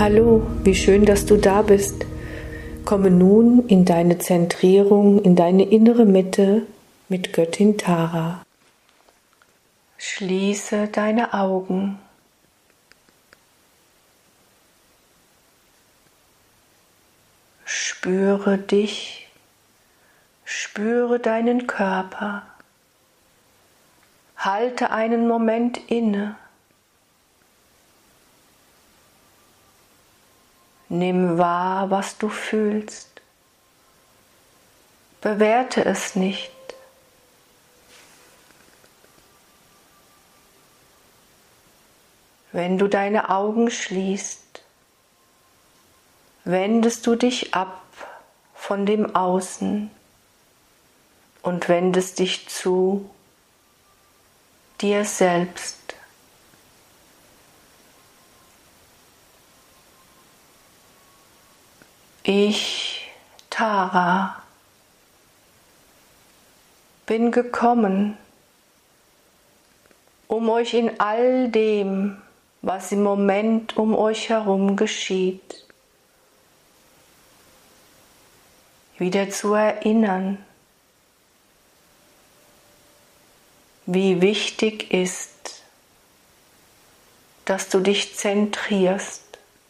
Hallo, wie schön, dass du da bist. Komme nun in deine Zentrierung, in deine innere Mitte mit Göttin Tara. Schließe deine Augen. Spüre dich, spüre deinen Körper. Halte einen Moment inne. Nimm wahr, was du fühlst. Bewerte es nicht. Wenn du deine Augen schließt, wendest du dich ab von dem Außen und wendest dich zu dir selbst. Ich, Tara, bin gekommen, um euch in all dem, was im Moment um euch herum geschieht, wieder zu erinnern, wie wichtig ist, dass du dich zentrierst.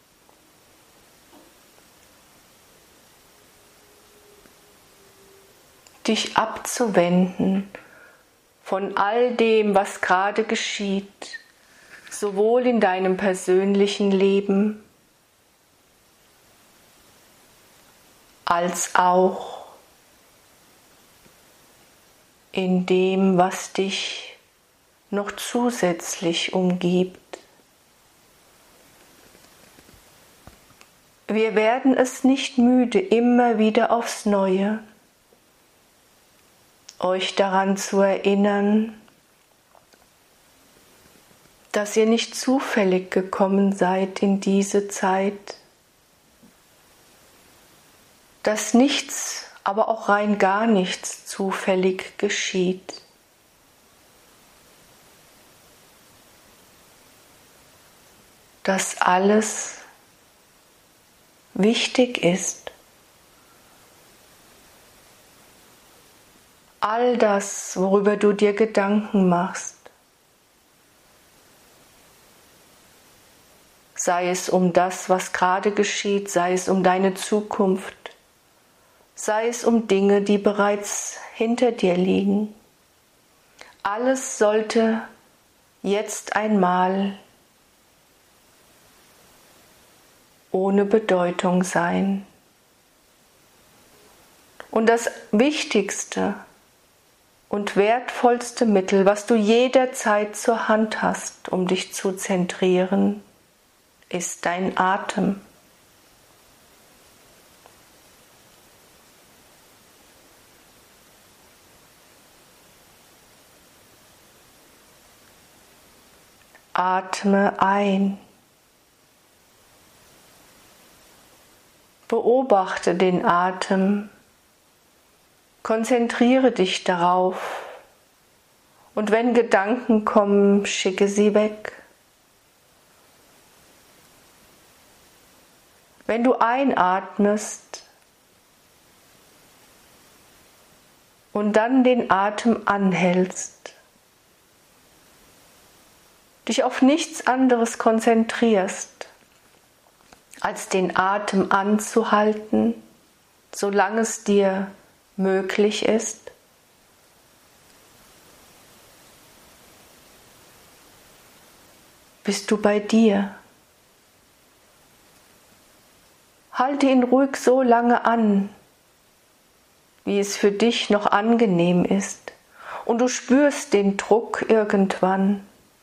Dich abzuwenden von all dem, was gerade geschieht, sowohl in deinem persönlichen Leben als auch in dem, was dich noch zusätzlich umgibt. Wir werden es nicht müde, immer wieder aufs Neue euch daran zu erinnern, dass ihr nicht zufällig gekommen seid in diese Zeit, dass nichts, aber auch rein gar nichts zufällig geschieht. Dass alles wichtig ist. All das, worüber du dir Gedanken machst, sei es um das, was gerade geschieht, sei es um deine Zukunft, sei es um Dinge, die bereits hinter dir liegen. Alles sollte jetzt einmal ohne Bedeutung sein. Und das Wichtigste und wertvollste Mittel, was du jederzeit zur Hand hast, um dich zu zentrieren, ist dein Atem. Atme ein. Beobachte den Atem. Konzentriere dich darauf und wenn Gedanken kommen, schicke sie weg. Wenn du einatmest und dann den Atem anhältst, dich auf nichts anderes konzentrierst, als den Atem anzuhalten, solange es dir möglich ist, bist du bei dir. Halte ihn ruhig so lange an, wie es für dich noch angenehm ist, und du spürst den Druck irgendwann.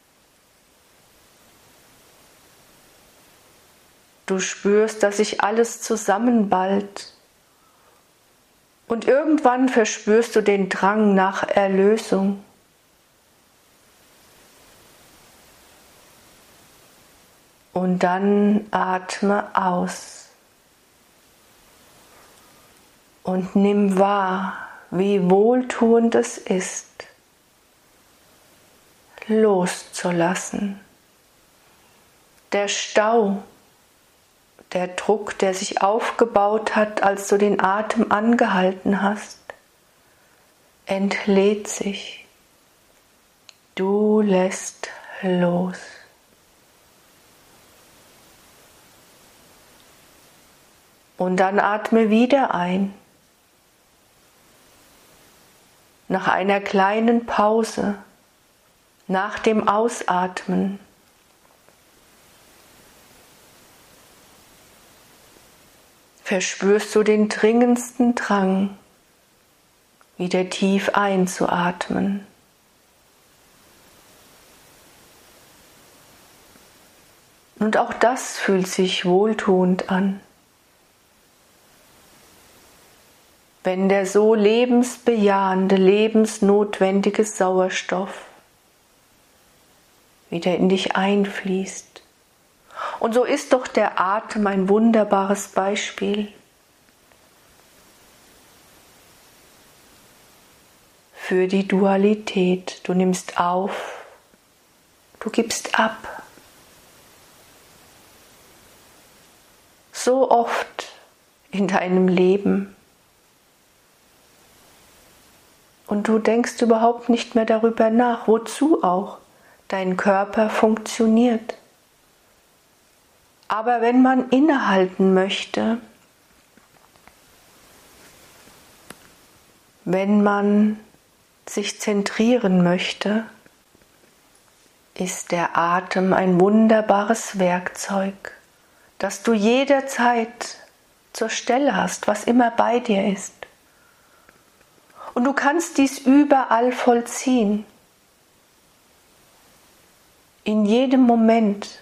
Du spürst, dass sich alles zusammenballt. Und irgendwann verspürst du den Drang nach Erlösung. Und dann atme aus. Und nimm wahr, wie wohltuend es ist, loszulassen. Der Stau, der Druck, der sich aufgebaut hat, als du den Atem angehalten hast, entlädt sich. Du lässt los. Und dann atme wieder ein. Nach einer kleinen Pause, nach dem Ausatmen, verspürst du den dringendsten Drang, wieder tief einzuatmen. Und auch das fühlt sich wohltuend an. Wenn der so lebensbejahende, lebensnotwendige Sauerstoff wieder in dich einfließt. Und so ist doch der Atem ein wunderbares Beispiel für die Dualität. Du nimmst auf, du gibst ab. So oft in deinem Leben. Und du denkst überhaupt nicht mehr darüber nach, wozu auch dein Körper funktioniert. Aber wenn man innehalten möchte, wenn man sich zentrieren möchte, ist der Atem ein wunderbares Werkzeug, das du jederzeit zur Stelle hast, was immer bei dir ist. Und du kannst dies überall vollziehen. In jedem Moment.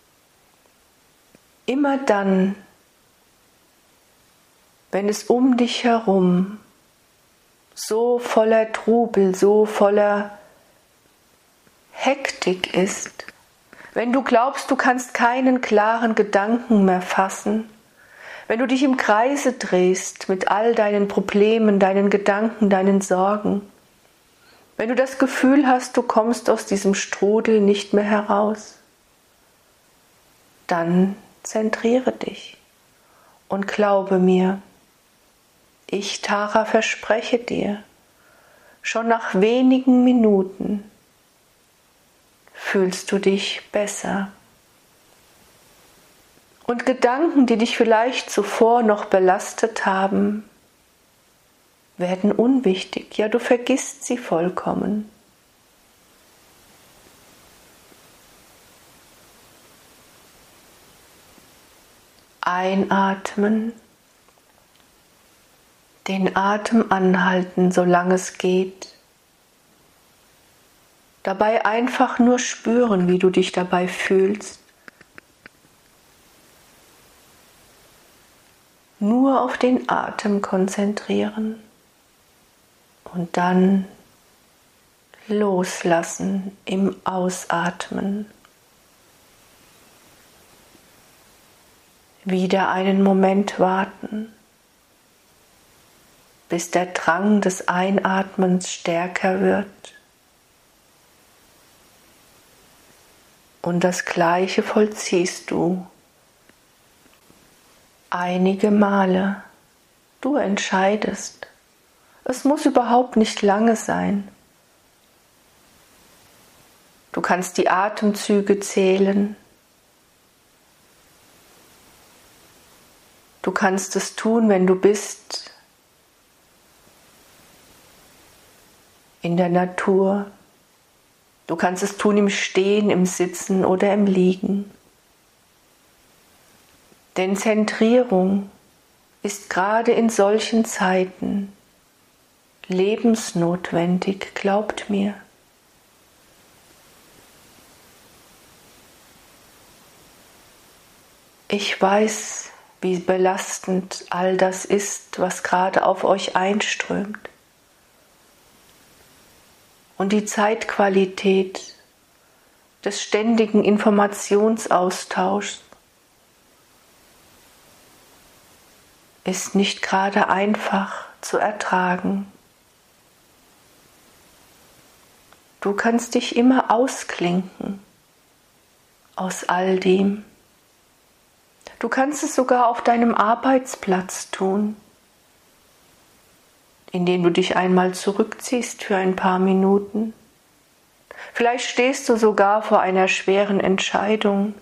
Immer dann, wenn es um dich herum so voller Trubel, so voller Hektik ist, wenn du glaubst, du kannst keinen klaren Gedanken mehr fassen, wenn du dich im Kreise drehst mit all deinen Problemen, deinen Gedanken, deinen Sorgen, wenn du das Gefühl hast, du kommst aus diesem Strudel nicht mehr heraus, dann zentriere dich und glaube mir, ich, Tara, verspreche dir, schon nach wenigen Minuten fühlst du dich besser. Und Gedanken, die dich vielleicht zuvor noch belastet haben, werden unwichtig. Ja, du vergisst sie vollkommen. Einatmen, den Atem anhalten, solange es geht. Dabei einfach nur spüren, wie du dich dabei fühlst. Nur auf den Atem konzentrieren und dann loslassen im Ausatmen. Wieder einen Moment warten, bis der Drang des Einatmens stärker wird. Und das Gleiche vollziehst du einige Male. Du entscheidest. Es muss überhaupt nicht lange sein. Du kannst die Atemzüge zählen. Du kannst es tun, wenn du bist in der Natur. Du kannst es tun im Stehen, im Sitzen oder im Liegen. Denn Zentrierung ist gerade in solchen Zeiten lebensnotwendig, glaubt mir. Ich weiß, wie belastend all das ist, was gerade auf euch einströmt. Und die Zeitqualität des ständigen Informationsaustauschs ist nicht gerade einfach zu ertragen. Du kannst dich immer ausklinken aus all dem. Du kannst es sogar auf deinem Arbeitsplatz tun, indem du dich einmal zurückziehst für ein paar Minuten. Vielleicht stehst du sogar vor einer schweren Entscheidung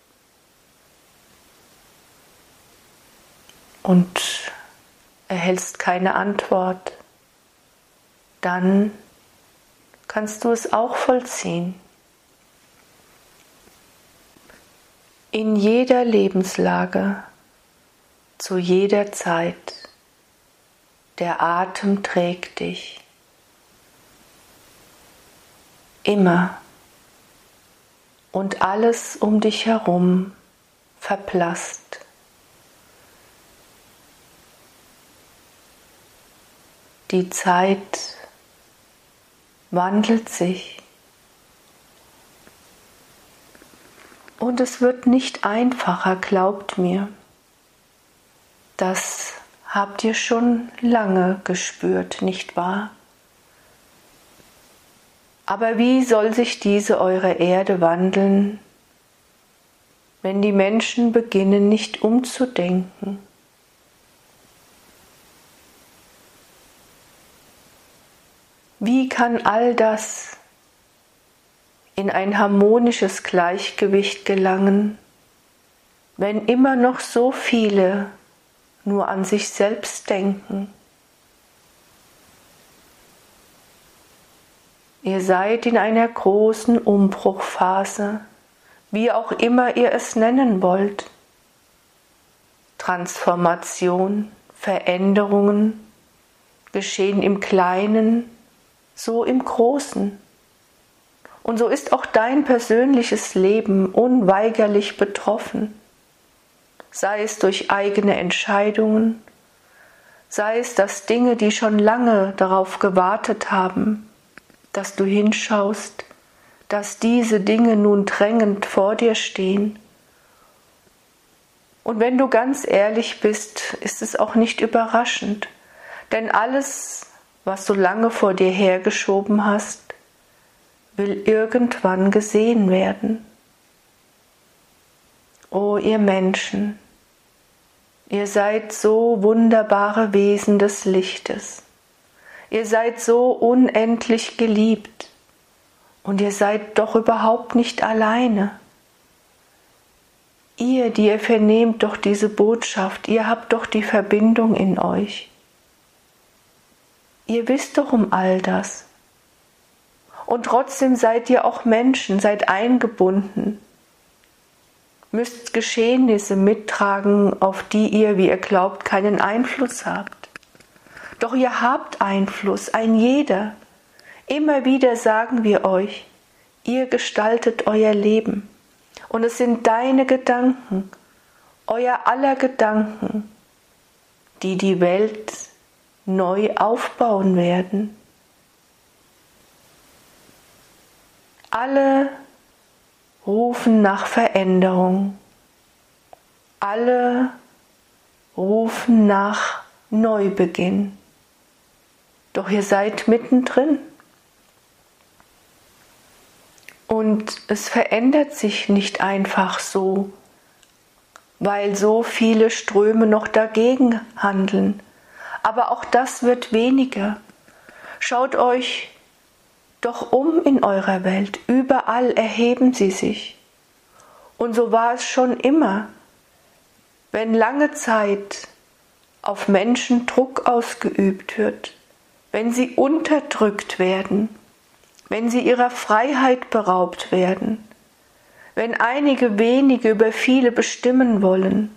und erhältst keine Antwort. Dann kannst du es auch vollziehen. In jeder Lebenslage, zu jeder Zeit, der Atem trägt dich. Immer. Und alles um dich herum verblasst. Die Zeit wandelt sich. Und es wird nicht einfacher, glaubt mir. Das habt ihr schon lange gespürt, nicht wahr? Aber wie soll sich diese eure Erde wandeln, wenn die Menschen beginnen, nicht umzudenken? Wie kann all das in ein harmonisches Gleichgewicht gelangen, wenn immer noch so viele nur an sich selbst denken? Ihr seid in einer großen Umbruchphase, wie auch immer ihr es nennen wollt. Transformation, Veränderungen geschehen im Kleinen, so im Großen. Und so ist auch dein persönliches Leben unweigerlich betroffen, sei es durch eigene Entscheidungen, sei es, dass Dinge, die schon lange darauf gewartet haben, dass du hinschaust, dass diese Dinge nun drängend vor dir stehen. Und wenn du ganz ehrlich bist, ist es auch nicht überraschend, denn alles, was du lange vor dir hergeschoben hast, will irgendwann gesehen werden. O ihr Menschen, ihr seid so wunderbare Wesen des Lichtes. Ihr seid so unendlich geliebt und ihr seid doch überhaupt nicht alleine. Ihr, die ihr vernehmt doch diese Botschaft, ihr habt doch die Verbindung in euch. Ihr wisst doch um all das. Und trotzdem seid ihr auch Menschen, seid eingebunden, müsst Geschehnisse mittragen, auf die ihr, wie ihr glaubt, keinen Einfluss habt. Doch ihr habt Einfluss, ein jeder. Immer wieder sagen wir euch, ihr gestaltet euer Leben. Und es sind deine Gedanken, euer aller Gedanken, die die Welt neu aufbauen werden. Alle rufen nach Veränderung. Alle rufen nach Neubeginn. Doch ihr seid mittendrin. Und es verändert sich nicht einfach so, weil so viele Ströme noch dagegen handeln. Aber auch das wird weniger. Schaut euch doch um in eurer Welt. Überall erheben sie sich. Und so war es schon immer. Wenn lange Zeit auf Menschen Druck ausgeübt wird, wenn sie unterdrückt werden, wenn sie ihrer Freiheit beraubt werden, wenn einige wenige über viele bestimmen wollen,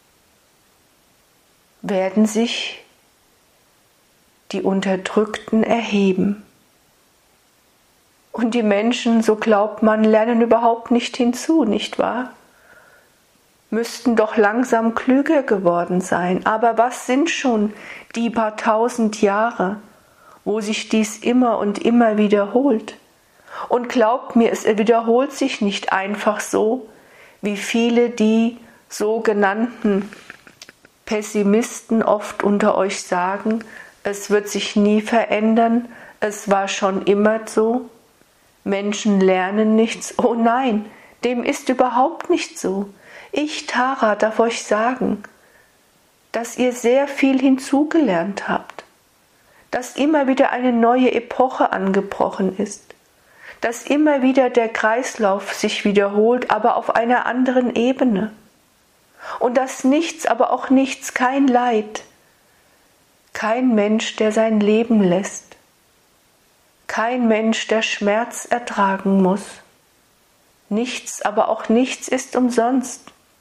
werden sich die Unterdrückten erheben. Und die Menschen, so glaubt man, lernen überhaupt nicht hinzu, nicht wahr? Müssten doch langsam klüger geworden sein. Aber was sind schon die paar tausend Jahre, wo sich dies immer und immer wiederholt? Und glaubt mir, es wiederholt sich nicht einfach so, wie viele die sogenannten Pessimisten oft unter euch sagen, es wird sich nie verändern, es war schon immer so. Menschen lernen nichts. Oh nein, dem ist überhaupt nicht so. Ich, Tara, darf euch sagen, dass ihr sehr viel hinzugelernt habt, dass immer wieder eine neue Epoche angebrochen ist, dass immer wieder der Kreislauf sich wiederholt, aber auf einer anderen Ebene. Und dass nichts, aber auch nichts, kein Leid, kein Mensch, der sein Leben lässt, kein Mensch, der Schmerz ertragen muss. Nichts, aber auch nichts ist umsonst.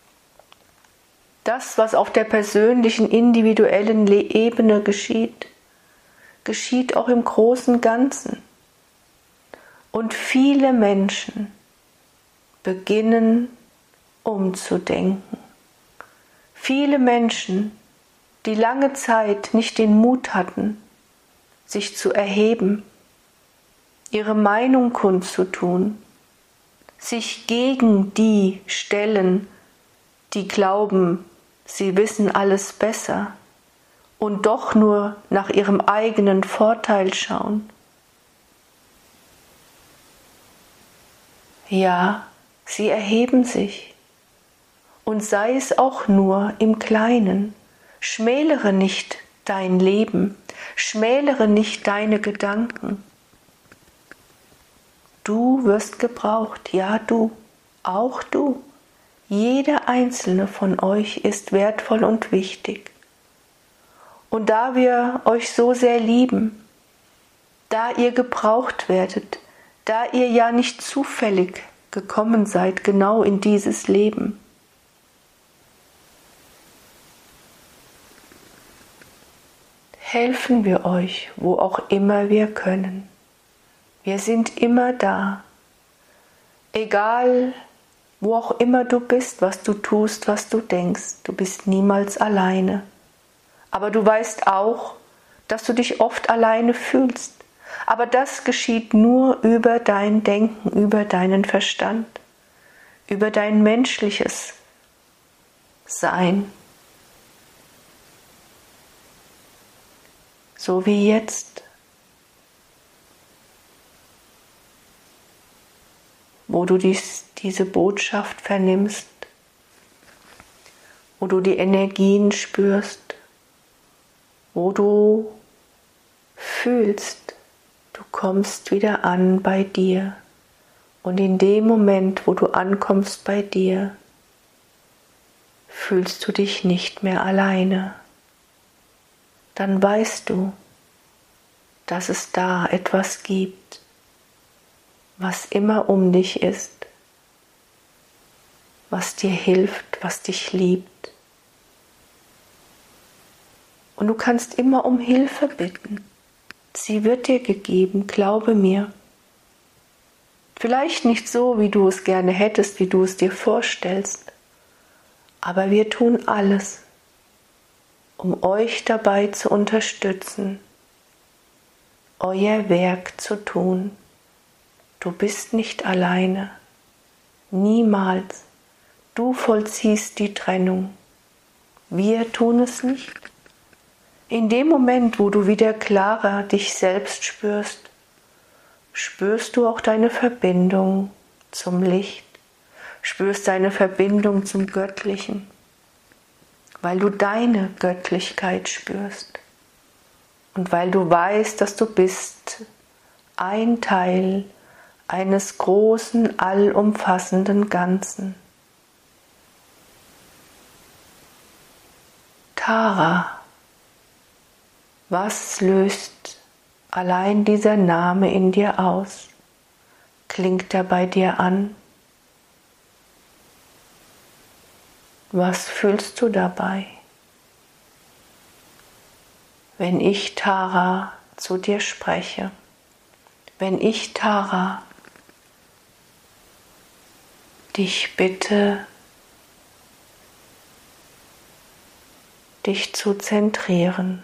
Das, was auf der persönlichen, individuellen Ebene geschieht, geschieht auch im großen Ganzen. Und viele Menschen beginnen umzudenken. Viele Menschen, die lange Zeit nicht den Mut hatten, sich zu erheben, ihre Meinung kundzutun, sich gegen die stellen, die glauben, sie wissen alles besser und doch nur nach ihrem eigenen Vorteil schauen. Ja, sie erheben sich. Und sei es auch nur im Kleinen. Schmälere nicht dein Leben, schmälere nicht deine Gedanken. Du wirst gebraucht, ja du, auch du. Jeder einzelne von euch ist wertvoll und wichtig. Und da wir euch so sehr lieben, da ihr gebraucht werdet, da ihr ja nicht zufällig gekommen seid, genau in dieses Leben, helfen wir euch, wo auch immer wir können. Wir sind immer da. Egal, wo auch immer du bist, was du tust, was du denkst, du bist niemals alleine. Aber du weißt auch, dass du dich oft alleine fühlst. Aber das geschieht nur über dein Denken, über deinen Verstand, über dein menschliches Sein. So wie jetzt, wo du diese Botschaft vernimmst, wo du die Energien spürst, wo du fühlst, du kommst wieder an bei dir. Und in dem Moment, wo du ankommst bei dir, fühlst du dich nicht mehr alleine. Dann weißt du, dass es da etwas gibt, was immer um dich ist, was dir hilft, was dich liebt. Und du kannst immer um Hilfe bitten. Sie wird dir gegeben, glaube mir. Vielleicht nicht so, wie du es gerne hättest, wie du es dir vorstellst, aber wir tun alles, um euch dabei zu unterstützen, euer Werk zu tun. Du bist nicht alleine, niemals. Du vollziehst die Trennung. Wir tun es nicht. In dem Moment, wo du wieder klarer dich selbst spürst, spürst du auch deine Verbindung zum Licht, spürst deine Verbindung zum Göttlichen, weil du deine Göttlichkeit spürst und weil du weißt, dass du bist ein Teil eines großen, allumfassenden Ganzen. Tara, was löst allein dieser Name in dir aus? Klingt er bei dir an? Was fühlst du dabei? Wenn ich, Tara, zu dir spreche, wenn ich, Tara, dich bitte, dich zu zentrieren.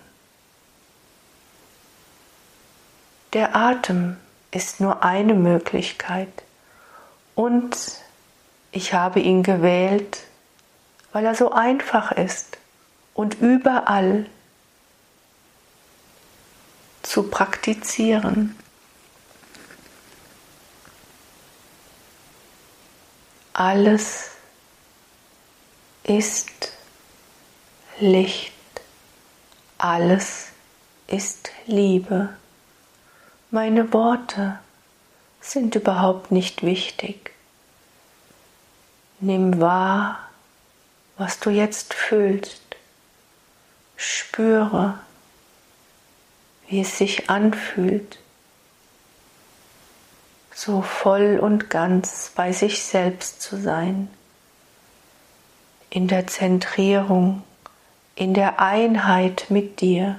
Der Atem ist nur eine Möglichkeit und ich habe ihn gewählt, weil er so einfach ist und überall zu praktizieren. Alles ist Licht, alles ist Liebe. Meine Worte sind überhaupt nicht wichtig. Nimm wahr, was du jetzt fühlst. Spüre, wie es sich anfühlt, so voll und ganz bei sich selbst zu sein, in der Zentrierung, in der Einheit mit dir.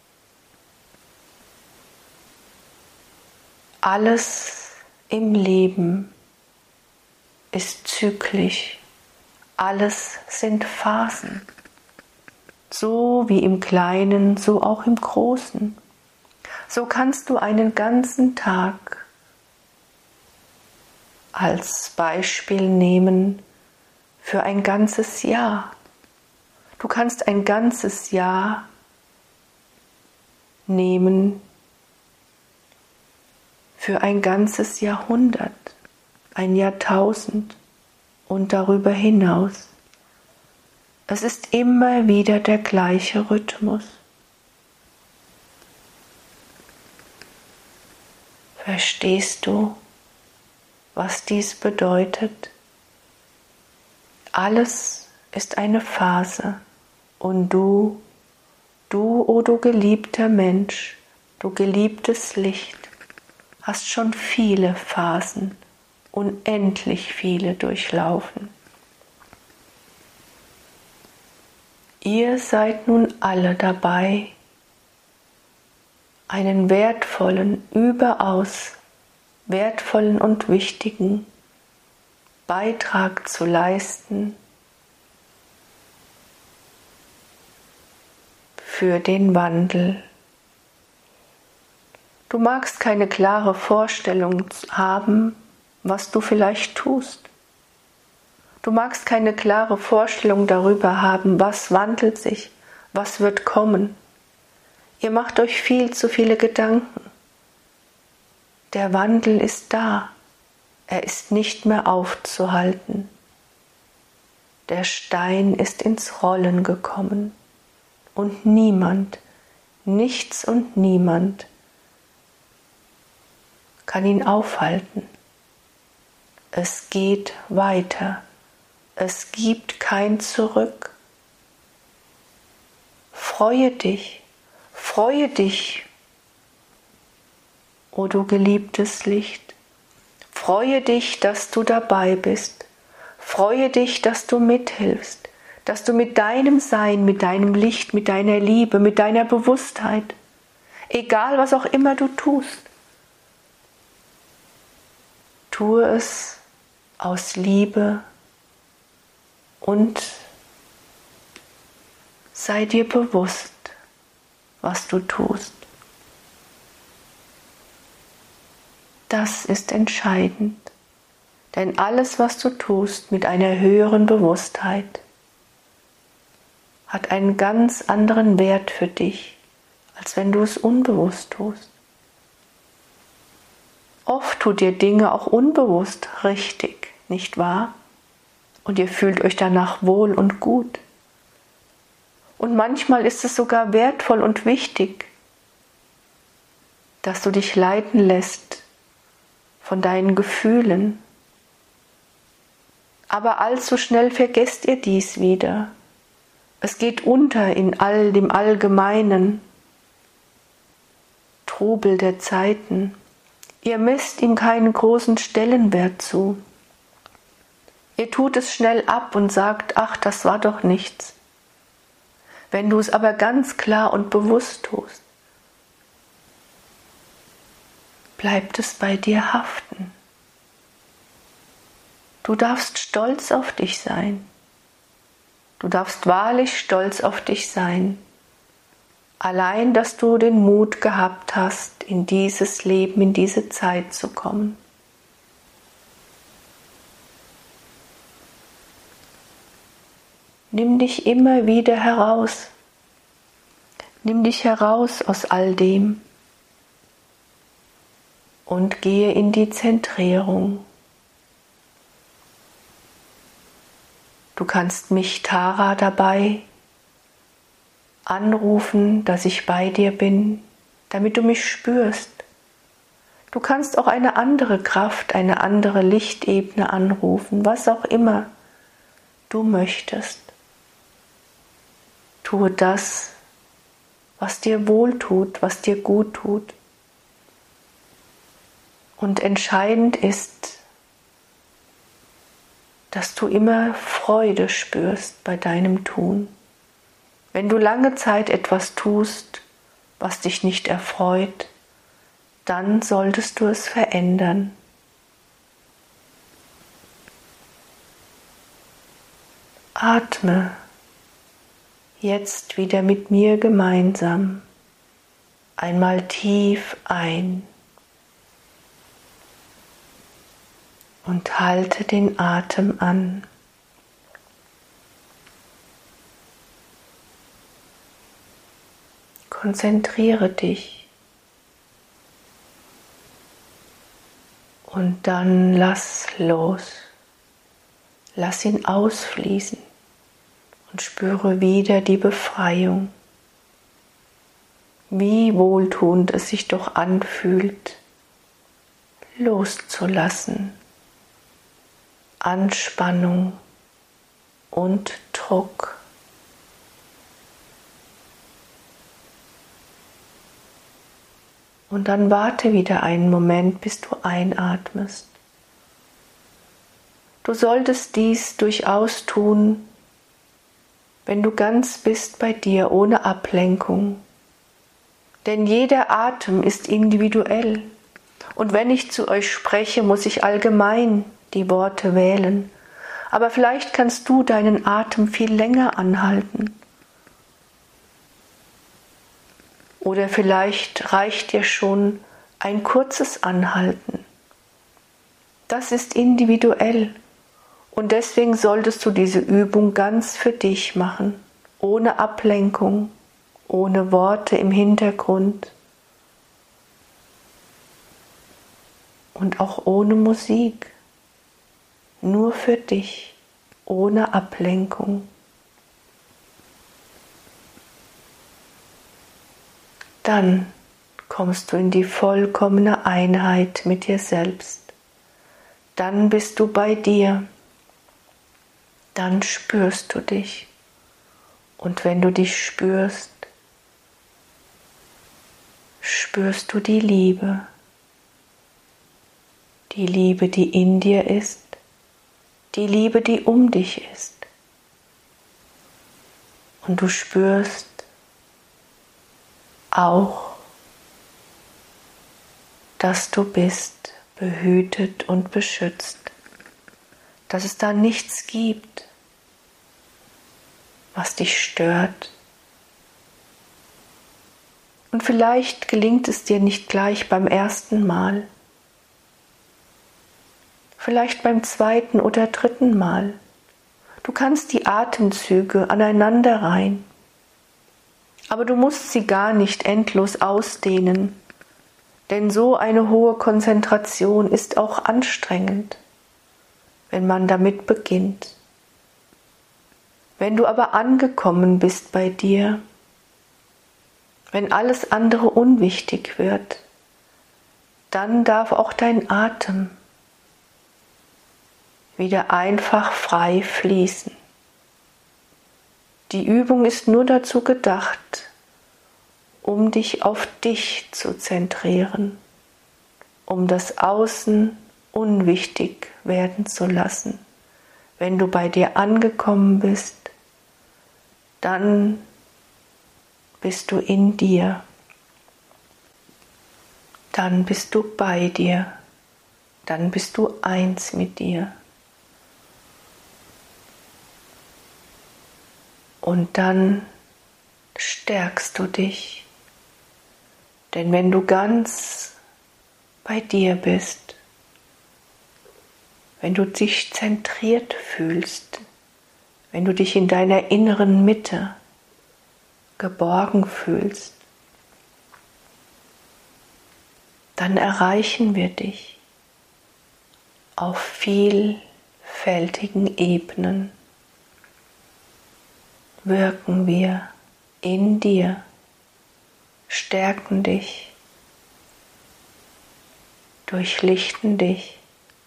Alles im Leben ist zyklisch, alles sind Phasen. So wie im Kleinen, so auch im Großen. So kannst du einen ganzen Tag als Beispiel nehmen für ein ganzes Jahr. Du kannst ein ganzes Jahr nehmen für ein ganzes Jahrhundert, ein Jahrtausend und darüber hinaus. Es ist immer wieder der gleiche Rhythmus. Verstehst du, was dies bedeutet? Alles ist eine Phase und du, o du geliebter Mensch, du geliebtes Licht, hast schon viele Phasen, unendlich viele durchlaufen. Ihr seid nun alle dabei, einen wertvollen, überaus wertvollen und wichtigen Beitrag zu leisten für den Wandel. Du magst keine klare Vorstellung haben, was du vielleicht tust. Du magst keine klare Vorstellung darüber haben, was wandelt sich, was wird kommen. Ihr macht euch viel zu viele Gedanken. Der Wandel ist da. Er ist nicht mehr aufzuhalten. Der Stein ist ins Rollen gekommen. Und niemand, nichts und niemand kann ihn aufhalten. Es geht weiter. Es gibt kein Zurück. Freue dich, o du geliebtes Licht. Freue dich, dass du dabei bist. Freue dich, dass du mithilfst, dass du mit deinem Sein, mit deinem Licht, mit deiner Liebe, mit deiner Bewusstheit, egal was auch immer du tust, tue es aus Liebe und sei dir bewusst, was du tust. Das ist entscheidend, denn alles, was du tust mit einer höheren Bewusstheit, hat einen ganz anderen Wert für dich, als wenn du es unbewusst tust. Oft tut ihr Dinge auch unbewusst richtig, nicht wahr? Und ihr fühlt euch danach wohl und gut. Und manchmal ist es sogar wertvoll und wichtig, dass du dich leiten lässt von deinen Gefühlen. Aber allzu schnell vergesst ihr dies wieder. Es geht unter in all dem allgemeinen Trubel der Zeiten. Ihr misst ihm keinen großen Stellenwert zu. Ihr tut es schnell ab und sagt, ach, das war doch nichts. Wenn du es aber ganz klar und bewusst tust, bleibt es bei dir haften. Du darfst stolz auf dich sein. Du darfst wahrlich stolz auf dich sein. Allein, dass du den Mut gehabt hast, in dieses Leben, in diese Zeit zu kommen. Nimm dich immer wieder heraus. Nimm dich heraus aus all dem und gehe in die Zentrierung. Du kannst mich, Tara, dabei anrufen, dass ich bei dir bin, damit du mich spürst. Du kannst auch eine andere Kraft, eine andere Lichtebene anrufen, was auch immer du möchtest. Tue das, was dir wohltut, was dir gut tut. Und entscheidend ist, dass du immer Freude spürst bei deinem Tun. Wenn du lange Zeit etwas tust, was dich nicht erfreut, dann solltest du es verändern. Atme jetzt wieder mit mir gemeinsam einmal tief ein und halte den Atem an. Konzentriere dich und dann lass los. Lass ihn ausfließen und spüre wieder die Befreiung. Wie wohltuend es sich doch anfühlt, loszulassen. Anspannung und Druck. Und dann warte wieder einen Moment, bis du einatmest. Du solltest dies durchaus tun, wenn du ganz bist bei dir, ohne Ablenkung. Denn jeder Atem ist individuell. Und wenn ich zu euch spreche, muss ich allgemein die Worte wählen. Aber vielleicht kannst du deinen Atem viel länger anhalten. Oder vielleicht reicht dir schon ein kurzes Anhalten. Das ist individuell und deswegen solltest du diese Übung ganz für dich machen, ohne Ablenkung, ohne Worte im Hintergrund und auch ohne Musik, nur für dich, ohne Ablenkung. Dann kommst du in die vollkommene Einheit mit dir selbst. Dann bist du bei dir. Dann spürst du dich. Und wenn du dich spürst, spürst du die Liebe. Die Liebe, die in dir ist. Die Liebe, die um dich ist. Und du spürst auch, dass du bist, behütet und beschützt, dass es da nichts gibt, was dich stört. Und vielleicht gelingt es dir nicht gleich beim ersten Mal, vielleicht beim zweiten oder dritten Mal. Du kannst die Atemzüge aneinanderreihen. Aber du musst sie gar nicht endlos ausdehnen, denn so eine hohe Konzentration ist auch anstrengend, wenn man damit beginnt. Wenn du aber angekommen bist bei dir, wenn alles andere unwichtig wird, dann darf auch dein Atem wieder einfach frei fließen. Die Übung ist nur dazu gedacht, um dich auf dich zu zentrieren, um das Außen unwichtig werden zu lassen. Wenn du bei dir angekommen bist, dann bist du in dir, dann bist du bei dir, dann bist du eins mit dir. Und dann stärkst du dich, denn wenn du ganz bei dir bist, wenn du dich zentriert fühlst, wenn du dich in deiner inneren Mitte geborgen fühlst, dann erreichen wir dich auf vielfältigen Ebenen. wirken wir in dir, stärken dich, durchlichten dich,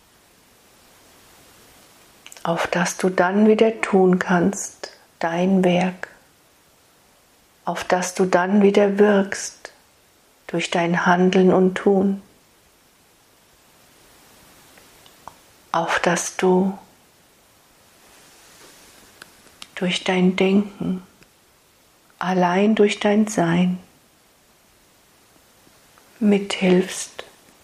auf das du dann wieder tun kannst, dein Werk, auf das du dann wieder wirkst durch dein Handeln und Tun, auf das du durch dein Denken, allein durch dein Sein mithilfst.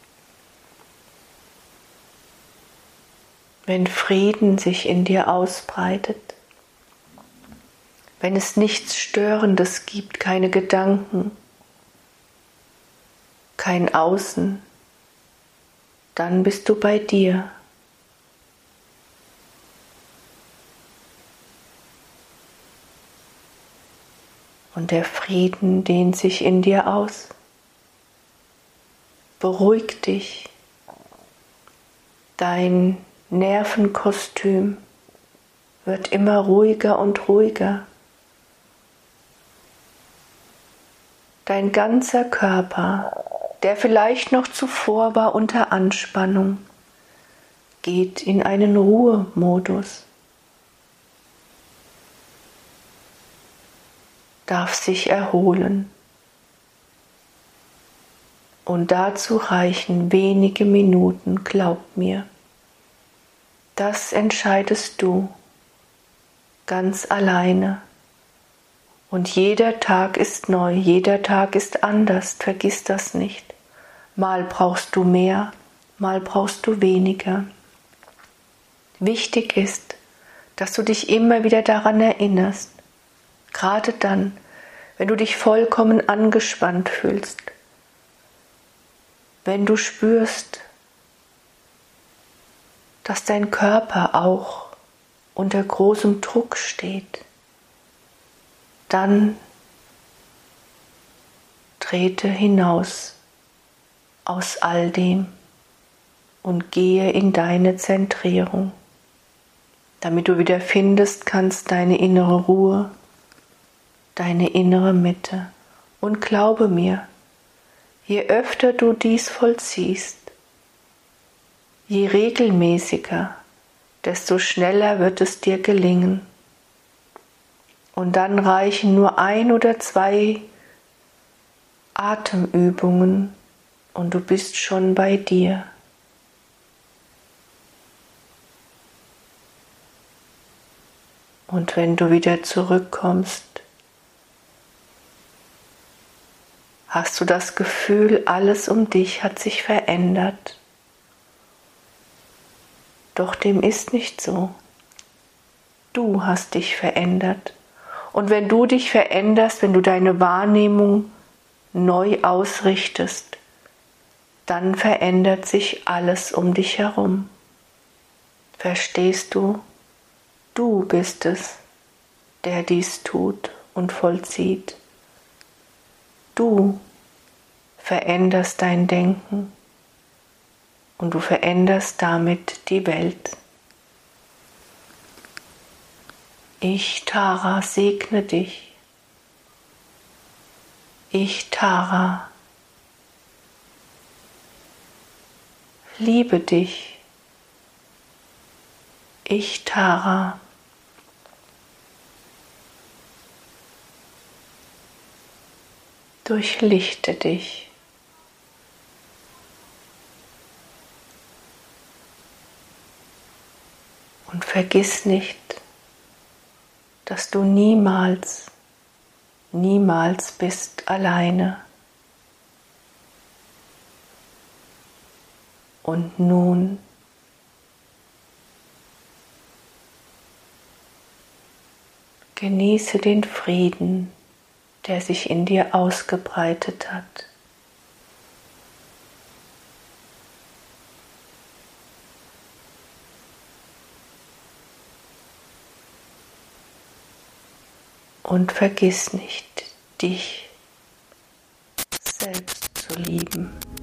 Wenn Frieden sich in dir ausbreitet, wenn es nichts Störendes gibt, keine Gedanken, kein Außen, dann bist du bei dir. Und der Frieden dehnt sich in dir aus. Beruhig dich. Dein Nervenkostüm wird immer ruhiger und ruhiger. Dein ganzer Körper, der vielleicht noch zuvor war unter Anspannung, geht in einen Ruhemodus. Darf sich erholen. Und dazu reichen wenige Minuten, glaub mir. Das entscheidest du ganz alleine. Und jeder Tag ist neu, jeder Tag ist anders, vergiss das nicht. Mal brauchst du mehr, mal brauchst du weniger. Wichtig ist, dass du dich immer wieder daran erinnerst, gerade dann, wenn du dich vollkommen angespannt fühlst, wenn du spürst, dass dein Körper auch unter großem Druck steht, dann trete hinaus aus all dem und gehe in deine Zentrierung, damit du wieder findest kannst deine innere Ruhe, deine innere Mitte. Und glaube mir, je öfter du dies vollziehst, je regelmäßiger, desto schneller wird es dir gelingen. Und dann reichen nur 1 oder 2 Atemübungen und du bist schon bei dir. Und wenn du wieder zurückkommst, hast du das Gefühl, alles um dich hat sich verändert. Doch dem ist nicht so. Du hast dich verändert. Und wenn du dich veränderst, wenn du deine Wahrnehmung neu ausrichtest, dann verändert sich alles um dich herum. Verstehst du? Du bist es, der dies tut und vollzieht. Du veränderst dein Denken und du veränderst damit die Welt. Ich, Tara, segne dich. Ich, Tara, liebe dich. Ich, Tara, durchlichte dich. Und vergiss nicht, dass du niemals bist alleine. Und nun genieße den Frieden, der sich in dir ausgebreitet hat. Und vergiss nicht, dich selbst zu lieben.